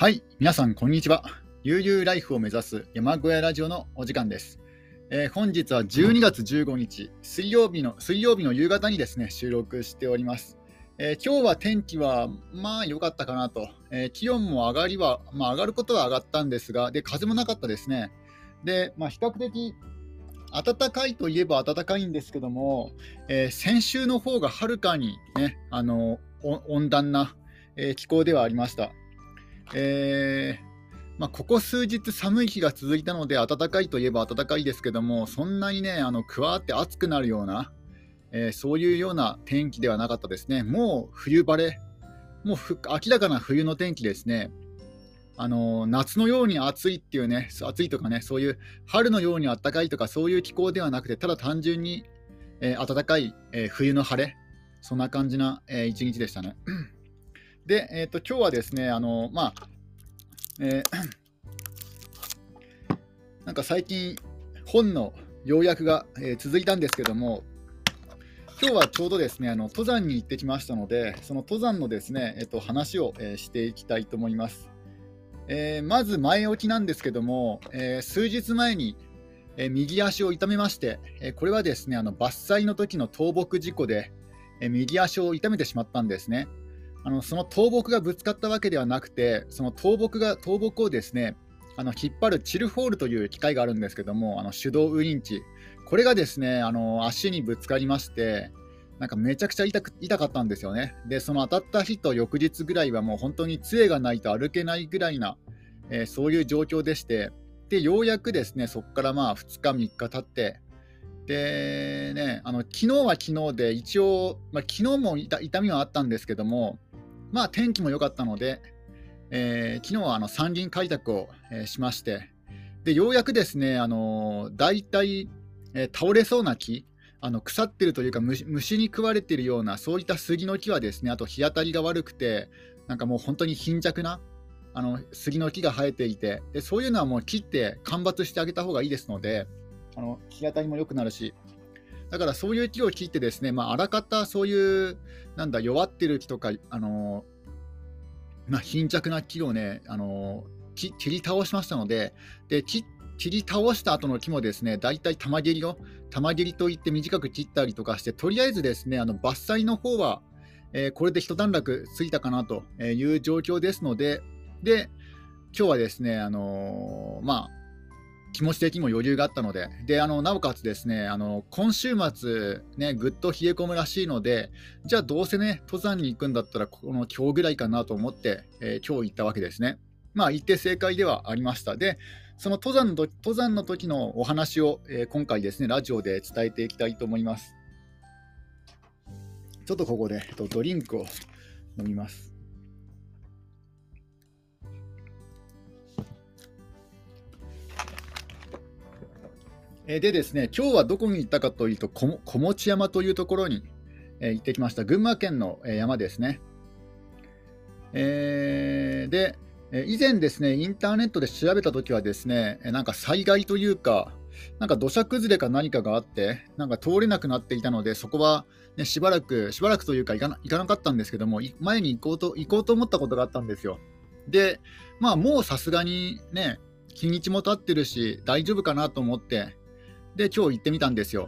はい、皆さんこんにちは。悠々ライフを目指す山小屋ラジオのお時間です。本日は12月15日水曜日の夕方にですね収録しております。今日は天気はまあ良かったかなと、気温も上がることは上がったんですが、で風もなかったですね。で、比較的暖かいといえば暖かいんですけども、先週の方がはるかにね温暖な、気候ではありました。ここ数日寒い日が続いたので暖かいといえば暖かいですけども、そんなにねくわーって暑くなるような、そういうような天気ではなかったですね。もう冬晴れ、明らかな冬の天気ですね。夏のように暑いっていうね、暑いとかね、そういう春のように暖かいとかそういう気候ではなくて、ただ単純に、暖かい、冬の晴れ、そんな感じな、一日でしたね。で、今日はですね、えーなんか最近本の要約が、続いたんですけども、今日はちょうどですね登山に行ってきましたので、その登山のですね、話を、していきたいと思います。まず前置きなんですけども、数日前に、右足を痛めまして、これはですね伐採の時の倒木事故で、右足を痛めてしまったんですね。その倒木がぶつかったわけではなくて、その倒木をですね引っ張るチルホールという機械があるんですけども、手動ウインチ、これがですね足にぶつかりまして、なんかめちゃくちゃ痛かったんですよね。で、その当たった日と翌日ぐらいはもう本当に杖がないと歩けないぐらいな、そういう状況でして、でようやくですねそこから2日3日経って、でね、昨日は昨日で一応、昨日も痛みはあったんですけども、天気も良かったので、昨日は山林開拓を、しまして、でようやくですねだいたい倒れそうな木、腐ってるというか虫に食われているようなそういった杉の木はですね、あと日当たりが悪くて、なんかもう本当に貧弱な杉の木が生えていて、でそういうのはもう切って間伐してあげた方がいいですので、日当たりも良くなるし、だからそういう木を切ってですね、あらかたそういう弱ってる木とか貧弱な木をね、切り倒しましたので、切り倒した後の木もですね、だいたい玉切りといって短く切ったりとかして、とりあえずですね伐採の方は、これで一段落ついたかなという状況ですので、今日はですね気持ち的にも余裕があったので、なおかつですね今週末ねぐっと冷え込むらしいので、じゃあどうせね登山に行くんだったら今日ぐらいかなと思って、今日行ったわけですね。行って正解ではありました。でその登山の時のお話を、今回ですねラジオで伝えていきたいと思います。ちょっとここでドリンクを飲みます。でですね、今日はどこに行ったかというと、小持山というところに、行ってきました。群馬県の、山ですね。で、以前ですね、インターネットで調べたときはですね、なんか災害というか、なんか土砂崩れか何かがあって、なんか通れなくなっていたので、そこは、ね、しばらくというか行かなかったんですけども、前に行こうと思ったことがあったんですよ。で、もうさすがにね、日にちも経ってるし、大丈夫かなと思って、で今日行ってみたんですよ。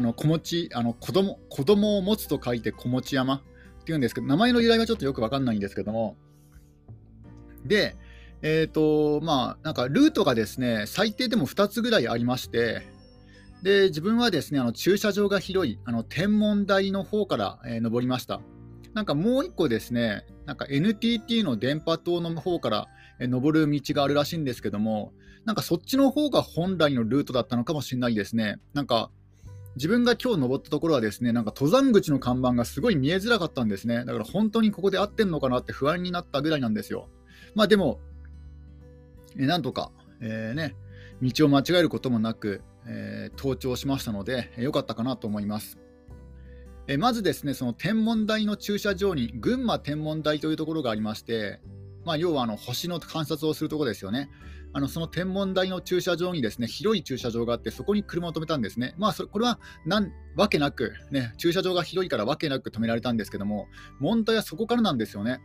子供を持つと書いて子持山っていうんですけど、名前の由来はちょっとよく分かんないんですけども、でなんかルートがですね最低でも2つぐらいありまして、で自分はですね駐車場が広い天文台の方から、登りました。なんかもう一個ですね、なんか NTT の電波塔の方から登る道があるらしいんですけども、なんかそっちの方が本来のルートだったのかもしれないですね。なんか自分が今日登ったところはですね、なんか登山口の看板がすごい見えづらかったんですね。だから本当にここで合ってんのかなって不安になったぐらいなんですよ。でも、なんとか、道を間違えることもなく、登頂しましたので、良かったかなと思います。まずですね、その天文台の駐車場に群馬天文台というところがありまして、要は星の観察をするところですよね。その天文台の駐車場にですね、広い駐車場があって、そこに車を止めたんですね。これはわけなく、ね、駐車場が広いからわけなく止められたんですけども、問題はそこからなんですよね。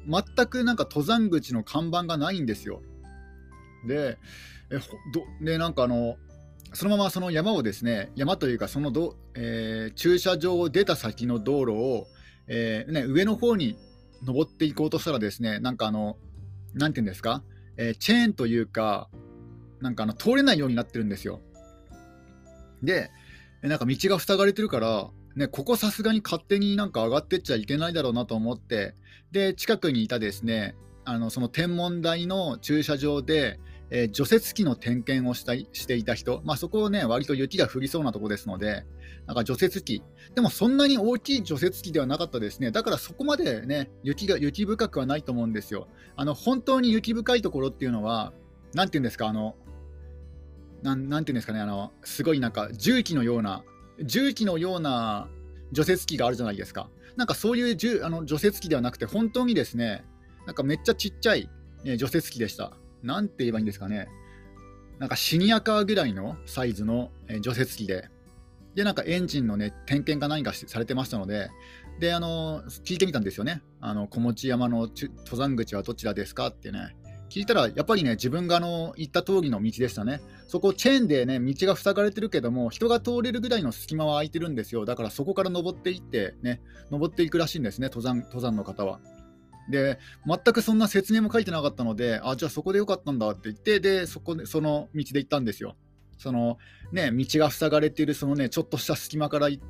全くなんか登山口の看板がないんですよ。で、なんかそのままその山をですね、山というかその駐車場を出た先の道路を、上の方に登っていこうとしたらですね、なんかなんていうんですか、チェーンというか、なんか通れないようになってるんですよ。で、なんか道が塞がれてるから、ね、ここさすがに勝手になんか上がってっちゃいけないだろうなと思って、で、近くにいたですね、その天文台の駐車場で、除雪機の点検をしていた人、まあ、そこをね、割と雪が降りそうなところですので、なんか除雪機、でもそんなに大きい除雪機ではなかったですね。だからそこまでね、雪深くはないと思うんですよ。本当に雪深いところっていうのは、なんていうんですか、なんていうんですかね、すごいなんか重機のような除雪機があるじゃないですか。なんかそういう除雪機ではなくて、本当にですね、なんかめっちゃちっちゃい、除雪機でした。なんて言えばいいんですかね。なんかシニアカーぐらいのサイズの、除雪機で、なんかエンジンのね、点検か何かされてましたので、で、聞いてみたんですよね。小持山の登山口はどちらですかってね。聞いたら、やっぱりね、自分が行った通りの道でしたね。そこ、チェーンでね、道が塞がれてるけども、人が通れるぐらいの隙間は空いてるんですよ。だからそこから登っていって、ね、登っていくらしいんですね、登山の方は。で、全くそんな説明も書いてなかったので、じゃあそこでよかったんだって言って、で、その道で行ったんですよ。そのね、道が塞がれているそのね、ちょっとした隙間から行って、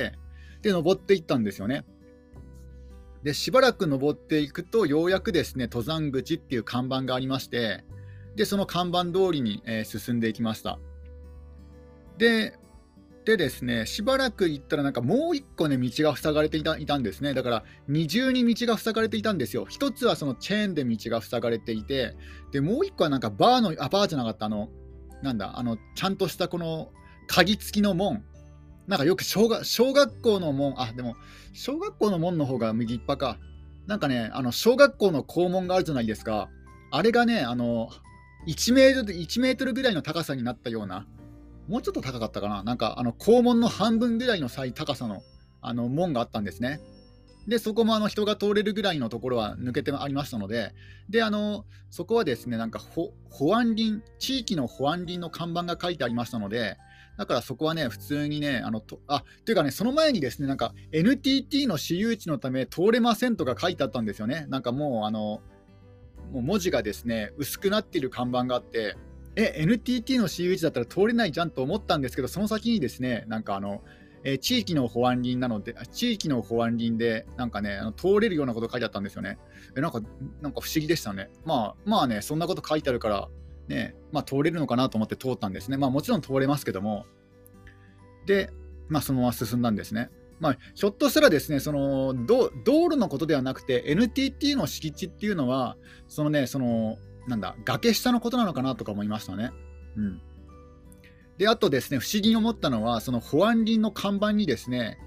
で、登っていったんですよね。で、しばらく登っていくと、ようやくですね、登山口っていう看板がありまして、で、その看板通りに、進んでいきました。で、ですね、しばらく行ったら、なんかもう一個ね、道が塞がれていたんですね。だから、二重に道が塞がれていたんですよ。一つはそのチェーンで道が塞がれていて、で、もう一個はなんかバーじゃなかった、なんだ、ちゃんとしたこの鍵付きの門。なんかよく小学校の門、でも、小学校の門の方が右っ端か。なんかね、小学校の校門があるじゃないですか。あれがね、1メートルぐらいの高さになったような、もうちょっと高かったかな。なんか、校門の半分ぐらいの高さの、門があったんですね。で、そこも人が通れるぐらいのところは抜けてありましたので、で、そこはですね、なんか地域の保安林の看板が書いてありましたので、だからそこはね、普通にね、というかね、その前にですね、なんか NTT の私有地のため通れませんとか書いてあったんですよね。なんかもう文字がですね、薄くなっている看板があって、NTT の私有地だったら通れないじゃんと思ったんですけど、その先にですね、なんか地域の保安林なので、地域の保安林で、なんかね、通れるようなこと書いてあったんですよね。なんか不思議でしたね。まあね、そんなこと書いてあるから、ね、まあ通れるのかなと思って通ったんですね。まあもちろん通れますけども、で、まあそのまま進んだんですね。まあ、ひょっとしたらですね、道路のことではなくて、NTT の敷地っていうのは、なんだ、崖下のことなのかなとか思いましたね。うん。で、あとですね、不思議に思ったのは、その保安林の看板にですね、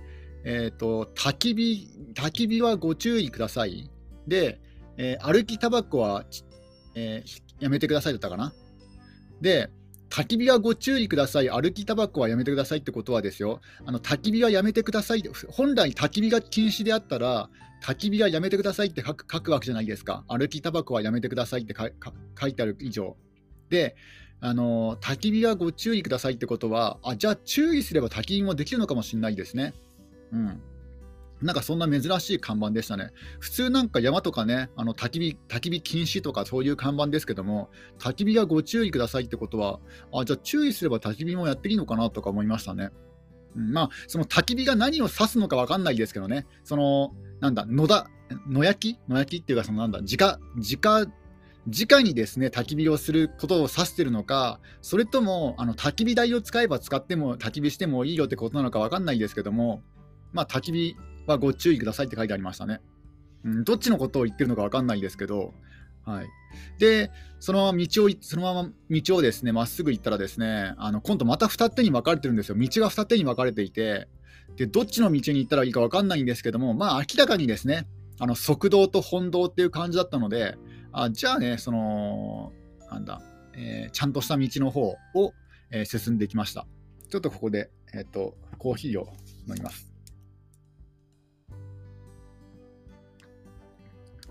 焚き火はご注意ください。で、歩きタバコは、やめてくださいだったかな。で、焚き火はご注意ください、歩きタバコはやめてくださいってことはですよ、焚き火はやめてください、本来焚き火が禁止であったら、焚き火はやめてくださいって書くわけじゃないですか。歩きタバコはやめてくださいって書いてある以上。で、焚き火はご注意くださいってことは、じゃあ注意すれば焚き火もできるのかもしれないですね。うん。なんかそんな珍しい看板でしたね。普通なんか山とかね、焚き火禁止とかそういう看板ですけども、焚き火はご注意くださいってことは、じゃあ注意すれば焚き火もやっていいのかなとか思いましたね。まあ、その焚き火が何を指すのか分かんないですけどね、なんだ、野焼きっていうか、なんだ、直にですね、焚き火をすることを指しているのか、それとも、焚き火台を使えば使っても焚き火してもいいよってことなのか分かんないですけども、まあ、焚き火はご注意くださいって書いてありましたね。どっちのことを言ってるのか分かんないですけど、はい。で、そのまま道をですね、まっすぐ行ったらですね、今度また二手に分かれてるんですよ。道が二手に分かれていて、で、どっちの道に行ったらいいか分かんないんですけども、まあ、明らかにですね、側道と本道っていう感じだったので、じゃあね、なんだ、ちゃんとした道の方を、進んでいきました。ちょっとここで、コーヒーを飲みます。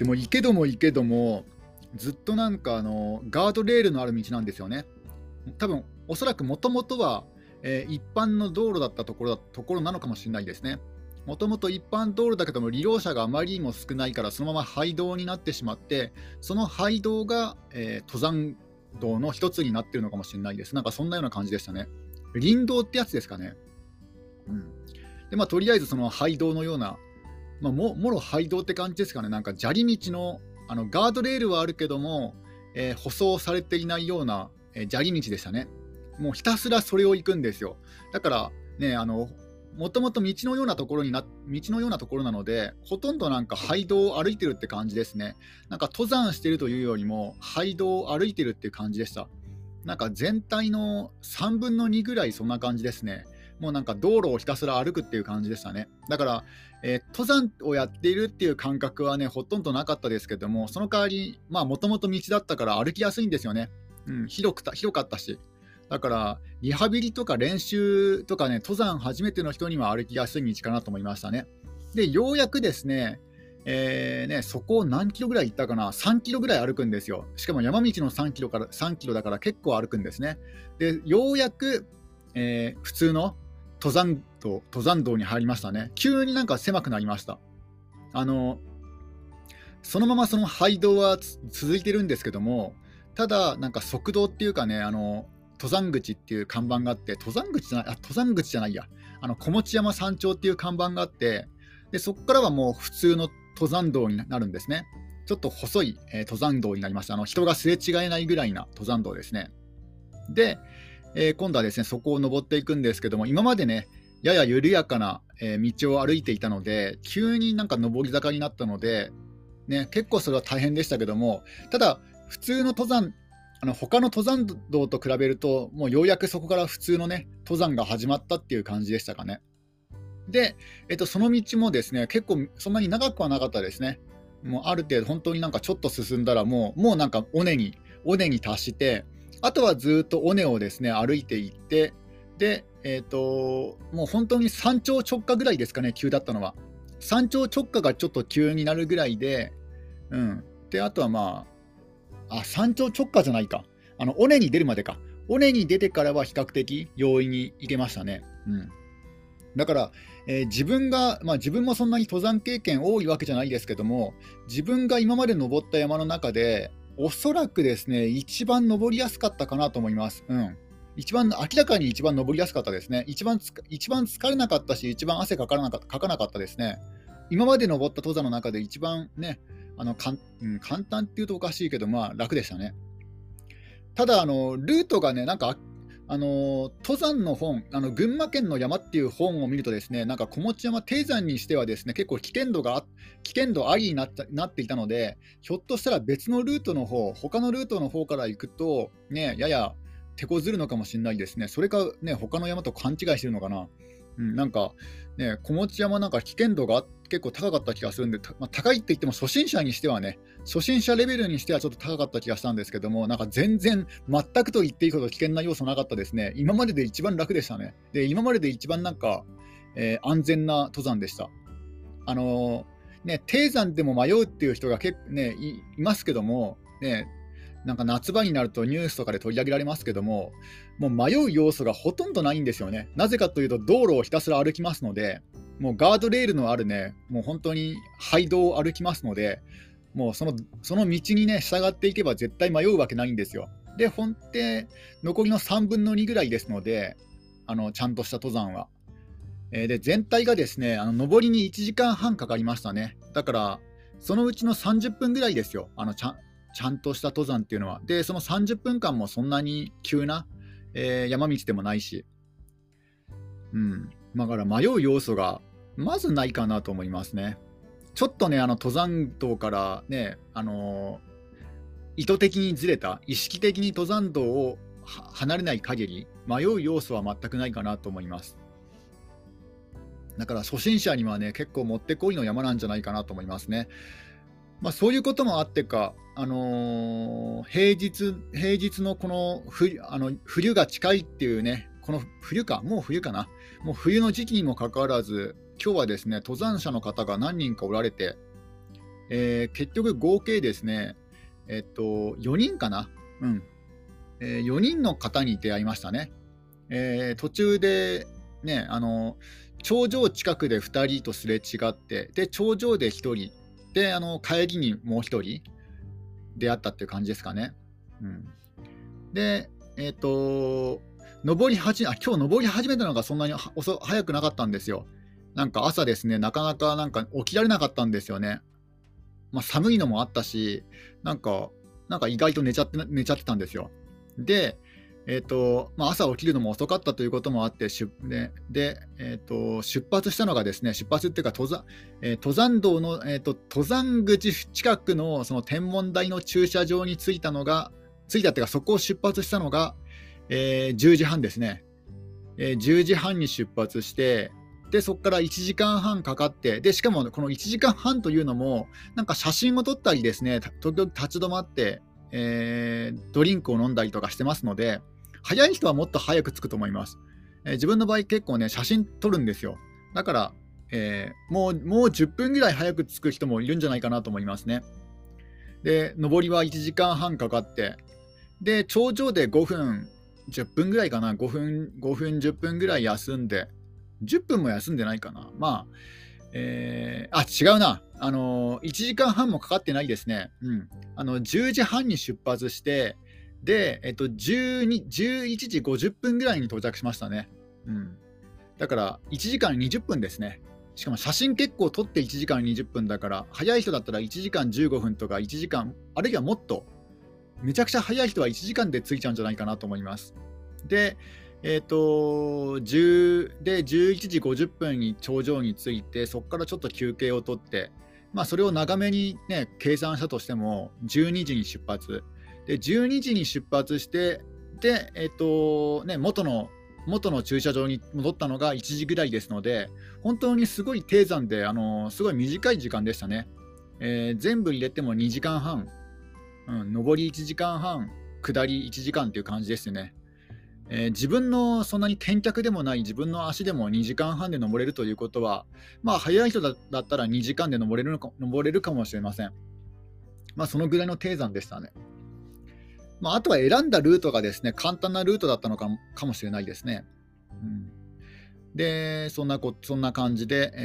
でも行けども行けども、ずっとなんかガードレールのある道なんですよね。多分おそらくもともとは、一般の道路だったところなのかもしれないですね。もともと一般道路だけども利用者があまりにも少ないからそのまま廃道になってしまって、その廃道が、登山道の一つになっているのかもしれないです。なんかそんなような感じでしたね。林道ってやつですかね。うん、でとりあえずその廃道のような、もろ廃道って感じですかね。なんか砂利道の、ガードレールはあるけども、舗装されていないような、砂利道でしたね。もうひたすらそれを行くんですよ。だからね、もともと道のようなところなので、ほとんどなんか廃道を歩いてるって感じですね。なんか登山してるというよりも廃道を歩いてるっていう感じでした。なんか全体の3分の2ぐらいそんな感じですね。もうなんか道路をひたすら歩くっていう感じでしたね。だから、登山をやっているっていう感覚はね、ほとんどなかったですけども、その代わり、もともと道だったから歩きやすいんですよね。広かったし。だから、リハビリとか練習とかね、登山初めての人には歩きやすい道かなと思いましたね。で、ようやくですね、そこを何キロぐらい行ったかな、3キロぐらい歩くんですよ。しかも山道の3キロだから結構歩くんですね。で、ようやく、普通の登山道に入りましたね。急になんか狭くなりました。そのままその廃道は続いてるんですけども、ただなんか側道っていうかね、登山口っていう看板があって、登山口じゃないや、小持山山頂っていう看板があって、でそこからはもう普通の登山道になるんですね。ちょっと細い、登山道になりました。人がすれ違えないぐらいな登山道ですね。で、今度はですね、そこを登っていくんですけども、今までね、やや緩やかな、道を歩いていたので、急になんか上り坂になったので、ね、結構それは大変でしたけども、ただ、普通の登山、他の登山道と比べると、もうようやくそこから普通のね、登山が始まったっていう感じでしたかね。で、その道もですね、結構そんなに長くはなかったですね。もうある程度、本当になんかちょっと進んだらもうなんか尾根に達して、あとはずっと尾根をですね、歩いていって、で、もう本当に山頂直下ぐらいですかね、急だったのは。山頂直下がちょっと急になるぐらいで、で、あとは山頂直下じゃないか。尾根に出るまでか。尾根に出てからは比較的容易に行けましたね。だから、自分もそんなに登山経験多いわけじゃないですけども、自分が今まで登った山の中で、おそらくですね、一番登りやすかったかなと思います。明らかに一番登りやすかったですね。一番疲れなかったし、一番汗かかなかったですね。今まで登った登山の中で一番ね、簡単っていうとおかしいけど、楽でしたね。ただ、ルートがね、なんか登山の本、群馬県の山っていう本を見るとですね、なんか小持山低山にしてはですね、結構危険度ありになっていたので、ひょっとしたら別のルートの方、他のルートの方から行くと、ね、やや手こずるのかもしれないですね。それか、ね、他の山と勘違いしてるのかな。なんか、ね、小持山なんか危険度が結構高かった気がするんで、高いって言っても初心者にしてはね、初心者レベルにしてはちょっと高かった気がしたんですけども、なんか全然、全くと言っていいほど危険な要素なかったですね。今までで一番楽でしたね。で、今までで一番なんか、安全な登山でした。低山でも迷うっていう人がいますけども、ね、なんか夏場になるとニュースとかで取り上げられますけども、もう迷う要素がほとんどないんですよね。なぜかというと、道路をひたすら歩きますので、もうガードレールのあるね、もう本当に廃道を歩きますので、もうその道にね、従っていけば絶対迷うわけないんですよ。で、残りの3分の2ぐらいですので、ちゃんとした登山は。で、全体がですね、上りに1時間半かかりましたね。だから、そのうちの30分ぐらいですよ。ちゃんとした登山っていうのは。で、その30分間もそんなに急な、山道でもないし、だから迷う要素がまずないかなと思いますね。ちょっとね、登山道からね、意図的にずれた、意識的に登山道を離れない限り、迷う要素は全くないかなと思います。だから初心者にはね、結構もってこいの山なんじゃないかなと思いますね。そういうこともあってか、平日のこの冬が近いっていうね、このもう冬かな、もう冬の時期にもかかわらず、今日はですね、登山者の方が何人かおられて、 結局合計ですね、4人かな、4人の方に出会いましたね。途中で、ね、頂上近くで2人とすれ違って、で頂上で1人で、帰りにもう1人出会ったっていう感じですかね。で、今日登り始めたのがそんなに早くなかったんですよ。なんか朝ですね、なかなか起きられなかったんですよね。寒いのもあったし、なんか意外と寝ちゃってたんですよ。で、朝起きるのも遅かったということもあって、出発したのがですね、出発っていうか登山道の、登山口近くのその天文台の駐車場に着いたっていうか、そこを出発したのが、10時半ですね。10時半に出発して、でそこから1時間半かかって、でしかもこの1時間半というのも、なんか写真を撮ったりですね、時々立ち止まって、ドリンクを飲んだりとかしてますので、早い人はもっと早く着くと思います。自分の場合結構ね、写真撮るんですよ。だから、もう10分ぐらい早く着く人もいるんじゃないかなと思いますね。で上りは1時間半かかって、で頂上で5分10分ぐらいかな、5分10分ぐらい休んで、10分も休んでないかな、違うな、1時間半もかかってないですね。10時半に出発して、で、11時50分ぐらいに到着しましたね。だから1時間20分ですね。しかも写真結構撮って1時間20分だから、早い人だったら1時間15分とか1時間、あるいはもっと、めちゃくちゃ早い人は1時間で着いちゃうんじゃないかなと思います。で、11時50分に頂上に着いて、そこからちょっと休憩を取って、それを長めに、ね、計算したとしても、12時に出発。で、12時に出発して、で、元の駐車場に戻ったのが1時ぐらいですので、本当にすごい低山で、すごい短い時間でしたね。全部入れても2時間半、上り1時間半、下り1時間という感じですね。自分のそんなに健脚でもない自分の足でも2時間半で登れるということは、早い人だったら2時間で登れるかもしれません。そのぐらいの低山でしたね。あとは選んだルートがですね、簡単なルートだったのかもしれないですね。で、そんな感じで、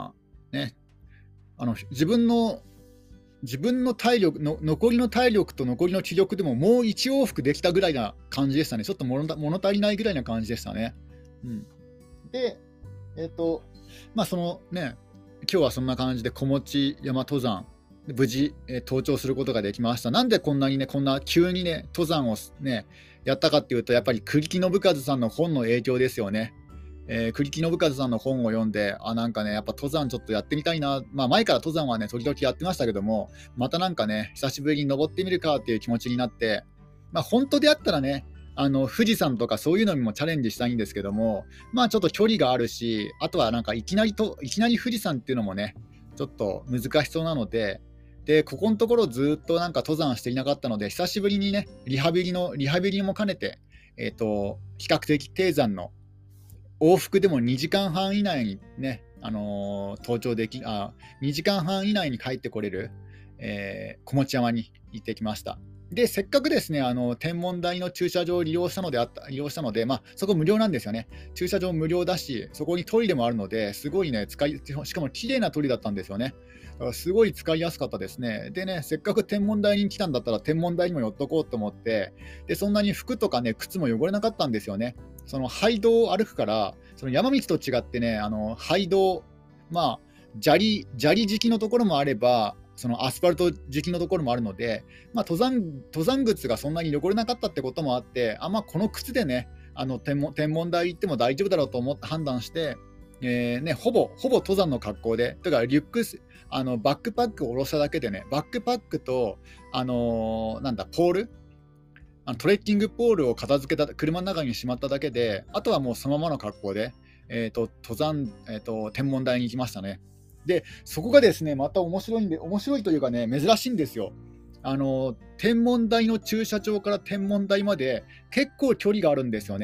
自分の体力の残りの体力と残りの気力でももう1往復できたぐらいな感じでしたね。ちょっと物足りないぐらいな感じでしたね。で、そのね、今日はそんな感じで小持山登山、無事、登頂することができました。なんでこんな急にね、登山をね、やったかっていうと、やっぱり栗木信和さんの本の影響ですよね。栗木信和さんの本を読んで、なんかね、やっぱ登山ちょっとやってみたいな、前から登山はね、時々やってましたけども、またなんかね、久しぶりに登ってみるかっていう気持ちになって、本当であったらね、富士山とかそういうのにもチャレンジしたいんですけども、ちょっと距離があるし、あとはなんかいきなり富士山っていうのもね、ちょっと難しそうなので、ここのところずっとなんか登山していなかったので、久しぶりにね、リハビリも兼ねて、比較的低山の往復でも2時間半以内にね、登頂2時間半以内に帰ってこれる、小持山に行ってきました。で、せっかくですね、天文台の駐車場を利用したので、そこ無料なんですよね。駐車場無料だし、そこにトイレもあるので、すごいね、しかも綺麗なトイレだったんですよね。だからすごい使いやすかったですね。でね、せっかく天文台に来たんだったら、天文台にも寄っとこうと思って、で、そんなに服とかね、靴も汚れなかったんですよね。その廃道を歩くから、その山道と違ってね、廃道、砂利敷きのところもあれば、そのアスファルト敷きのところもあるので、登山靴がそんなに汚れなかったってこともあって、この靴でね、天文台行っても大丈夫だろうと思って判断して、ほぼ登山の格好で、だからリュックス、バックパックを下ろしただけでね、バックパックと、ポール、トレッキングポールを車の中にしまっただけで、あとはもうそのままの格好で、天文台に行きましたね。で、そこがですね、また面白いというかね、珍しいんですよ。天文台の駐車場から天文台まで結構距離があるんですよね。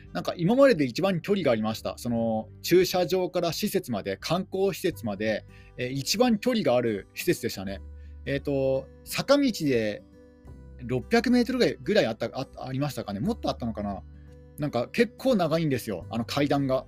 なんか今までで一番距離がありました。その駐車場から施設まで、観光施設まで、一番距離がある施設でしたね。坂道で600メートルぐらいありましたかね。もっとあったのかな。なんか結構長いんですよ、階段が。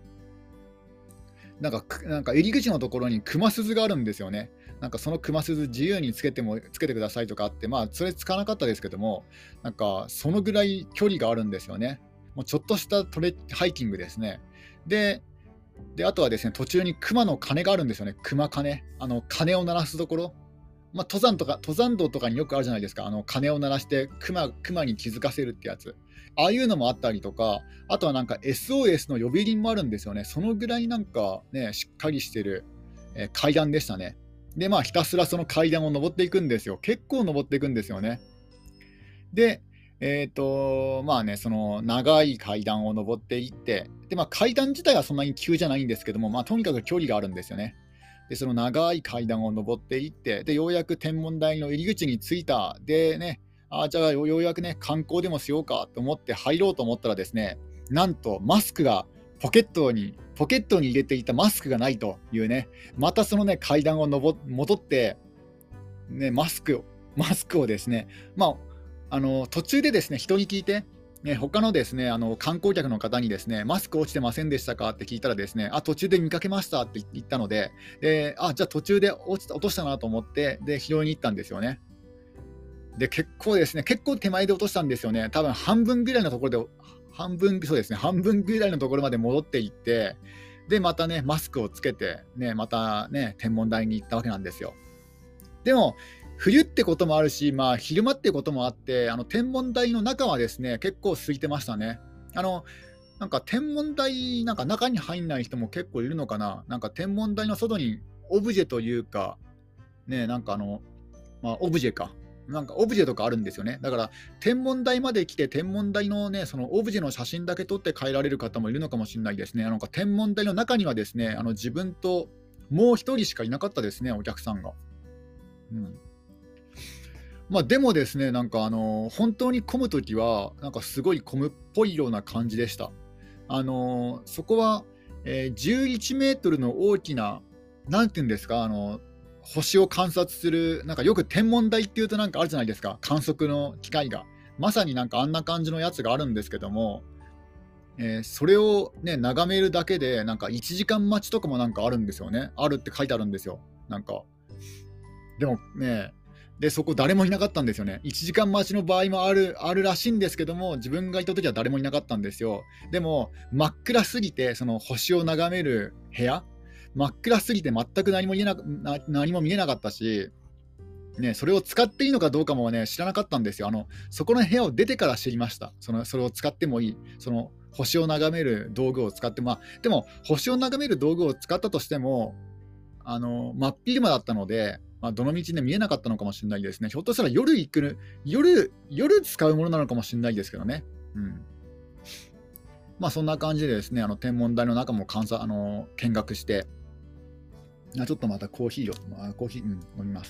なんか入り口のところに熊鈴があるんですよね。なんかその熊鈴自由につけてくださいとかあって、まあそれ使わなかったですけども、なんかそのぐらい距離があるんですよね。もうちょっとしたハイキングですね。で、あとはですね、途中に熊の鐘があるんですよね。熊鐘。鐘を鳴らすところ。まあ、登山道とかによくあるじゃないですか。鐘を鳴らして熊に気づかせるってやつ。ああいうのもあったりとか、あとはなんか SOS の呼び鈴もあるんですよね。そのぐらいなんかね、しっかりしてる、階段でしたね。で、まあ、ひたすらその階段を登っていくんですよ。結構登っていくんですよね。で、まあね、その長い階段を登っていって、で、まあ、階段自体はそんなに急じゃないんですけども、まあ、とにかく距離があるんですよね。で、その長い階段を登っていって、で、ようやく天文台の入り口に着いた。でね、じゃあようやくね、観光でもしようかと思って入ろうと思ったらですね、なんとマスクがポケットに入れていたマスクがないというね、またそのね、階段を戻って、ね、マスクをですね、ま途中でですね、人に聞いて、他のですね、観光客の方にですね、マスク落ちてませんでしたかって聞いたらですね、途中で見かけましたって言ったので、じゃあ途中で落としたなと思って、で、拾いに行ったんですよね。で、結構手前で落としたんですよね。多分半分ぐらいのところで、そうですね、半分ぐらいのところまで戻っていって、で、またね、マスクをつけて、ね、またね、天文台に行ったわけなんですよ。でも、冬ってこともあるし、まあ、昼間ってこともあって、天文台の中はですね、結構空いてましたね。あの、なんか天文台、なんか中に入んない人も結構いるのかな。なんか天文台の外にオブジェというか、ね、なんかまあ、オブジェか。なんかオブジェとかあるんですよね。だから、天文台まで来て、天文台のね、そのオブジェの写真だけ撮って帰られる方もいるのかもしれないですね。なんか天文台の中にはですね、自分ともう一人しかいなかったですね、お客さんが。うん。まあ、でもですね、なんか本当に混むときは、なんかすごい混むっぽいような感じでした。そこは、11メートルの大きな、なんていうんですか、星を観察する、なんかよく天文台っていうとなんかあるじゃないですか、観測の機械が。まさになんかあんな感じのやつがあるんですけども、それをね、眺めるだけで、なんか1時間待ちとかもなんかあるんですよね。あるって書いてあるんですよ。なんか。でもね、で、そこ誰もいなかったんですよね。1時間待ちの場合もあるらしいんですけども、自分がいた時は誰もいなかったんですよ。でも、真っ暗すぎて、その星を眺める部屋、真っ暗すぎて全く何も見えなかったし、ね、それを使っていいのかどうかもね、知らなかったんですよ。そこの部屋を出てから知りました。それを使ってもいい。その星を眺める道具を使って、まあ、でも、星を眺める道具を使ったとしても、真っ昼間だったので、まあ、どの道で見えなかったのかもしれないですね。ひょっとしたら夜使うものなのかもしれないですけどね。うん。まあ、そんな感じでですね、天文台の中も見学して、ちょっとまたコーヒーを、飲みます。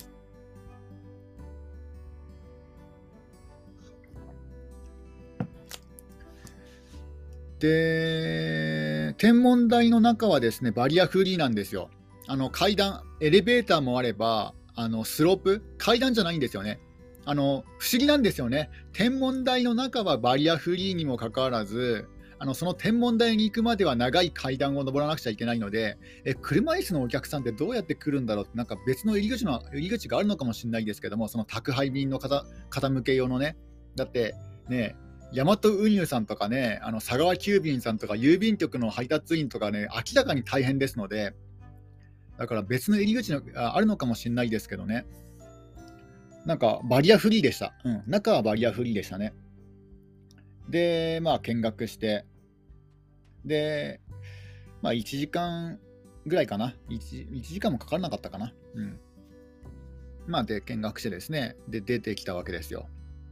で、天文台の中はですね、バリアフリーなんですよ。階段、エレベーターもあれば、スロープ、階段じゃないんですよね。不思議なんですよね。天文台の中はバリアフリーにもかかわらず、その天文台に行くまでは長い階段を登らなくちゃいけないので、車椅子のお客さんってどうやって来るんだろうって、なんか別の入り口があるのかもしれないですけども、その宅配便の方向け用のね。だってね、ヤマト運輸さんとかね、佐川急便さんとか郵便局の配達員とかね、明らかに大変ですので、だから別の入り口あるのかもしれないですけどね。なんかバリアフリーでした。うん、中はバリアフリーでしたね。で、まあ見学して、で、まあ1時間ぐらいかな。1時間もかからなかったかな。うん。まあで、見学してですね、で、出てきたわけですよ。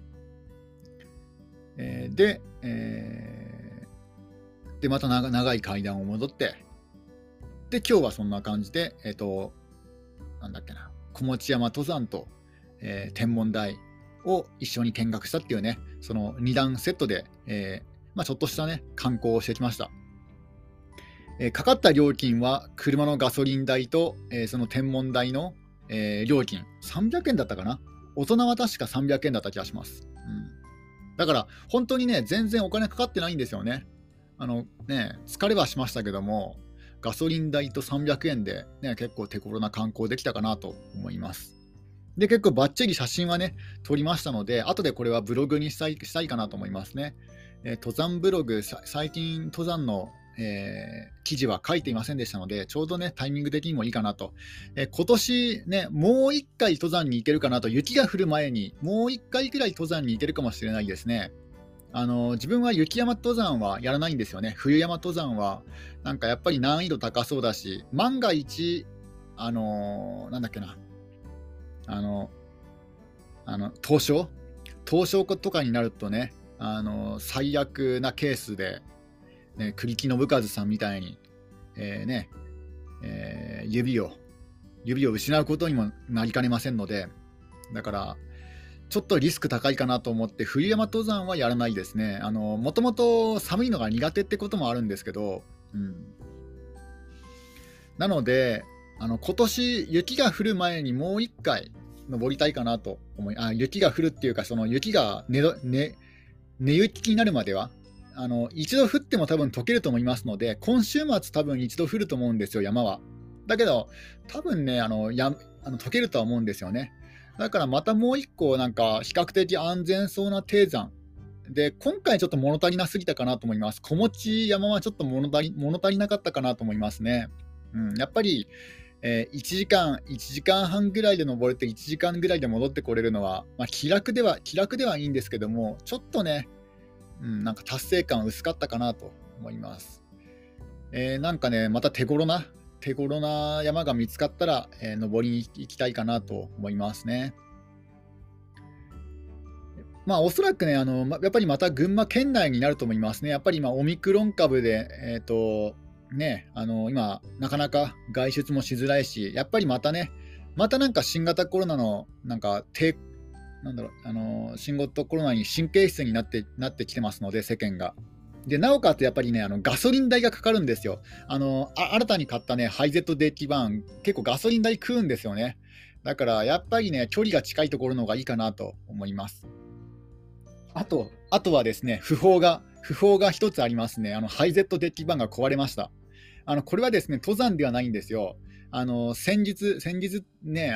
で、また長い階段を戻って、で、今日はそんな感じで、なんだっけな、小持山登山と、天文台を一緒に見学したっていうね、その2段セットで、 ちょっとしたね、観光をしてきました。かかった料金は車のガソリン代と、その天文台の、料金300円だったかな。大人は確か300円だった気がします。だから本当にね、全然お金かかってないんですよね。疲れはしましたけども、ガソリン代と300円で、ね、結構手頃な観光できたかなと思います。で、結構バッチリ写真はね、撮りましたので、後でこれはブログにしたいかなと思いますね。登山ブログ、最近登山の、記事は書いていませんでしたので、ちょうどね、タイミング的にもいいかなと。今年ね、もう1回登山に行けるかなと、雪が降る前にもう1回くらい登山に行けるかもしれないですね。自分は雪山登山はやらないんですよね。冬山登山はなんかやっぱり難易度高そうだし、万が一なんだっけな、凍傷とかになるとね、最悪なケースで、ね、栗木信和さんみたいに、指を失うことにもなりかねませんので、だからちょっとリスク高いかなと思って冬山登山はやらないですね。もともと寒いのが苦手ってこともあるんですけど、なので今年雪が降る前にもう1回登りたいかなと思い、雪が降るっていうか、その雪が根雪になるまでは一度降っても多分溶けると思いますので、今週末多分一度降ると思うんですよ、山は。だけど多分ね、溶けるとは思うんですよね。だからまたもう一個なんか比較的安全そうな低山で、今回ちょっと物足りなすぎたかなと思います。小持山はちょっと物足りなかったかなと思いますね。やっぱり、1時間半ぐらいで登れて1時間ぐらいで戻ってこれるのは、気楽ではいいんですけども、ちょっとね、なんか達成感薄かったかなと思います。なんかね、また手頃な山が見つかったら、登りに行きたいかなと思いますね。おそらくね、やっぱりまた群馬県内になると思いますね。やっぱり今、オミクロン株で、今、なかなか外出もしづらいし、やっぱりまたなんか新型コロナの、新型コロナに神経質になってきてますので、世間が。でなおかつやっぱりね、ガソリン代がかかるんですよ。新たに買ったね、ハイゼットデッキバーン、結構ガソリン代食うんですよね。だからやっぱりね、距離が近いところの方がいいかなと思います。あとはですね、不法が一つありますね。ハイゼットデッキバーンが壊れました。これはですね、登山ではないんですよ。先日ね、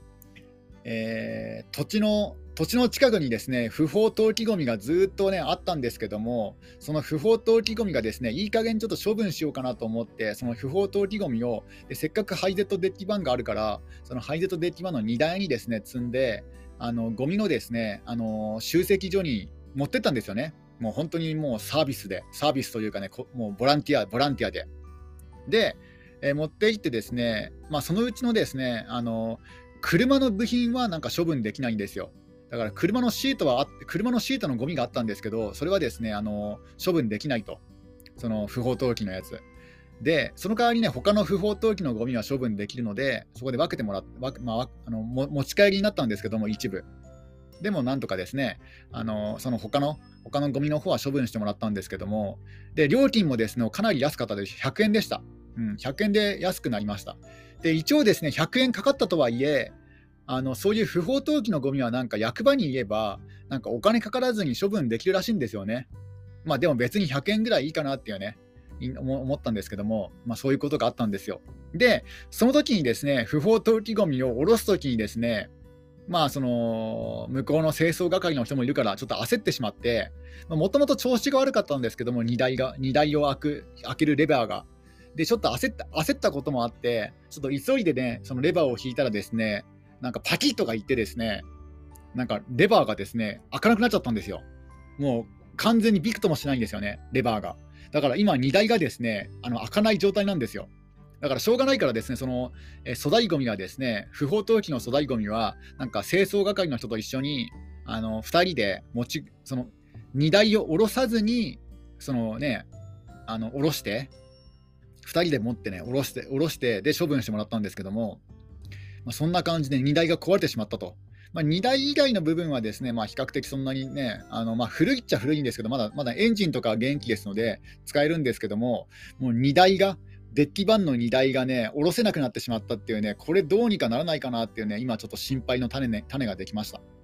土地の近くにですね、不法投棄ゴミがずっとねあったんですけども、その不法投棄ゴミがですね、いい加減ちょっと処分しようかなと思って、その不法投棄ゴミをせっかくハイゼットデッキバンがあるから、そのハイゼットデッキバンの荷台にですね積んで、ゴミのですね、集積所に持ってったんですよね。もう本当にもうサービスというかね、もうボランティアで、持って行ってですね、そのうちのですね、車の部品はなんか処分できないんですよ。だから車のシートのゴミがあったんですけど、それはですね、処分できないと、その不法投棄のやつで、その代わりね、他の不法投棄のゴミは処分できるので、そこで分けてもらって、持ち帰りになったんですけども、一部でもなんとかですね、その他のゴミの方は処分してもらったんですけども、で料金もですね、かなり安かったです。100円でした。100円で安くなりました。で一応ですね、100円かかったとはいえ、そういう不法投棄のゴミはなんか役場に言えばなんかお金かからずに処分できるらしいんですよね。でも別に100円ぐらいいいかなっていうね、思ったんですけども、そういうことがあったんですよ。でその時にですね、不法投棄ゴミを下ろす時にですね、その向こうの清掃係の人もいるからちょっと焦ってしまって、もともと調子が悪かったんですけども、荷台を開けるレバーがでちょっと焦ったこともあって、ちょっと急いでね、そのレバーを引いたらですね、なんかパキッとか言ってですね、なんかレバーがですね開かなくなっちゃったんですよ。もう完全にビクともしないんですよね、レバーが。だから今荷台がですね開かない状態なんですよ。だからしょうがないからですね、その粗大ゴミはですね、不法投棄の粗大ゴミはなんか清掃係の人と一緒に2人でその荷台を下ろさずに、そのね下ろして2人で持ってね下ろしてで処分してもらったんですけども、そんな感じで荷台が壊れてしまったと。 荷台以外の部分はですね、比較的そんなにね、古いっちゃ古いんですけど、まだエンジンとかは元気ですので、使えるんですけども、もう荷台が、デッキバンの荷台がね、下ろせなくなってしまったっていうね、これどうにかならないかなっていうね、今ちょっと心配の種ができました。